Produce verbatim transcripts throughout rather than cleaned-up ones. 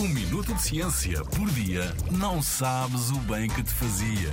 Um minuto de ciência por dia não sabes o bem que te fazia.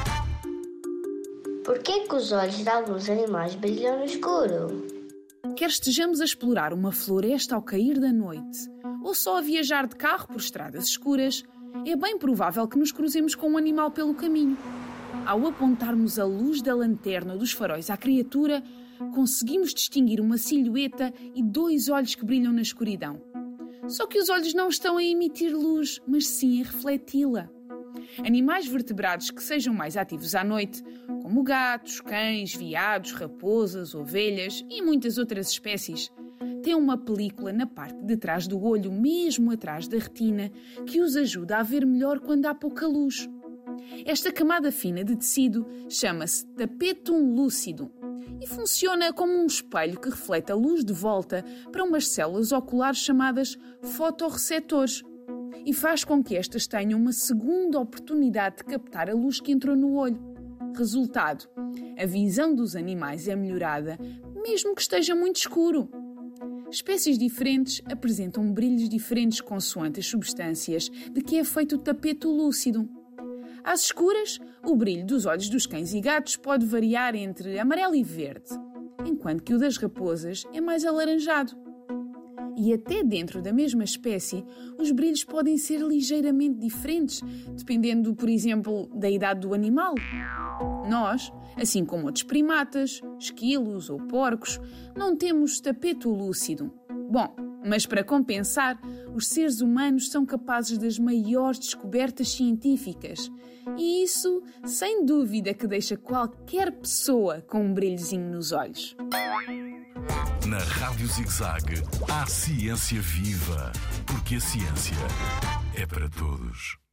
Porquê que os olhos de alguns animais brilham no escuro? Quer estejamos a explorar uma floresta ao cair da noite ou só a viajar de carro por estradas escuras, é bem provável que nos cruzemos com um animal pelo caminho. Ao apontarmos a luz da lanterna ou dos faróis à criatura, conseguimos distinguir uma silhueta e dois olhos que brilham na escuridão. Só que os olhos não estão a emitir luz, mas sim a refleti-la. Animais vertebrados que sejam mais ativos à noite, como gatos, cães, veados, raposas, ovelhas e muitas outras espécies, têm uma película na parte de trás do olho, mesmo atrás da retina, que os ajuda a ver melhor quando há pouca luz. Esta camada fina de tecido chama-se tapetum lúcido e funciona como um espelho que reflete a luz de volta para umas células oculares chamadas fotorreceptores e faz com que estas tenham uma segunda oportunidade de captar a luz que entrou no olho. Resultado: a visão dos animais é melhorada, mesmo que esteja muito escuro. Espécies diferentes apresentam brilhos diferentes consoante as substâncias de que é feito o tapeto lúcido. Às escuras, o brilho dos olhos dos cães e gatos pode variar entre amarelo e verde, enquanto que o das raposas é mais alaranjado. E até dentro da mesma espécie, os brilhos podem ser ligeiramente diferentes, dependendo, por exemplo, da idade do animal. Nós, assim como outros primatas, esquilos ou porcos, não temos tapeto lúcido. Bom, mas para compensar, os seres humanos são capazes das maiores descobertas científicas. E isso, sem dúvida, que deixa qualquer pessoa com um brilhozinho nos olhos. Na Rádio Zig-Zag há ciência viva, porque a ciência é para todos.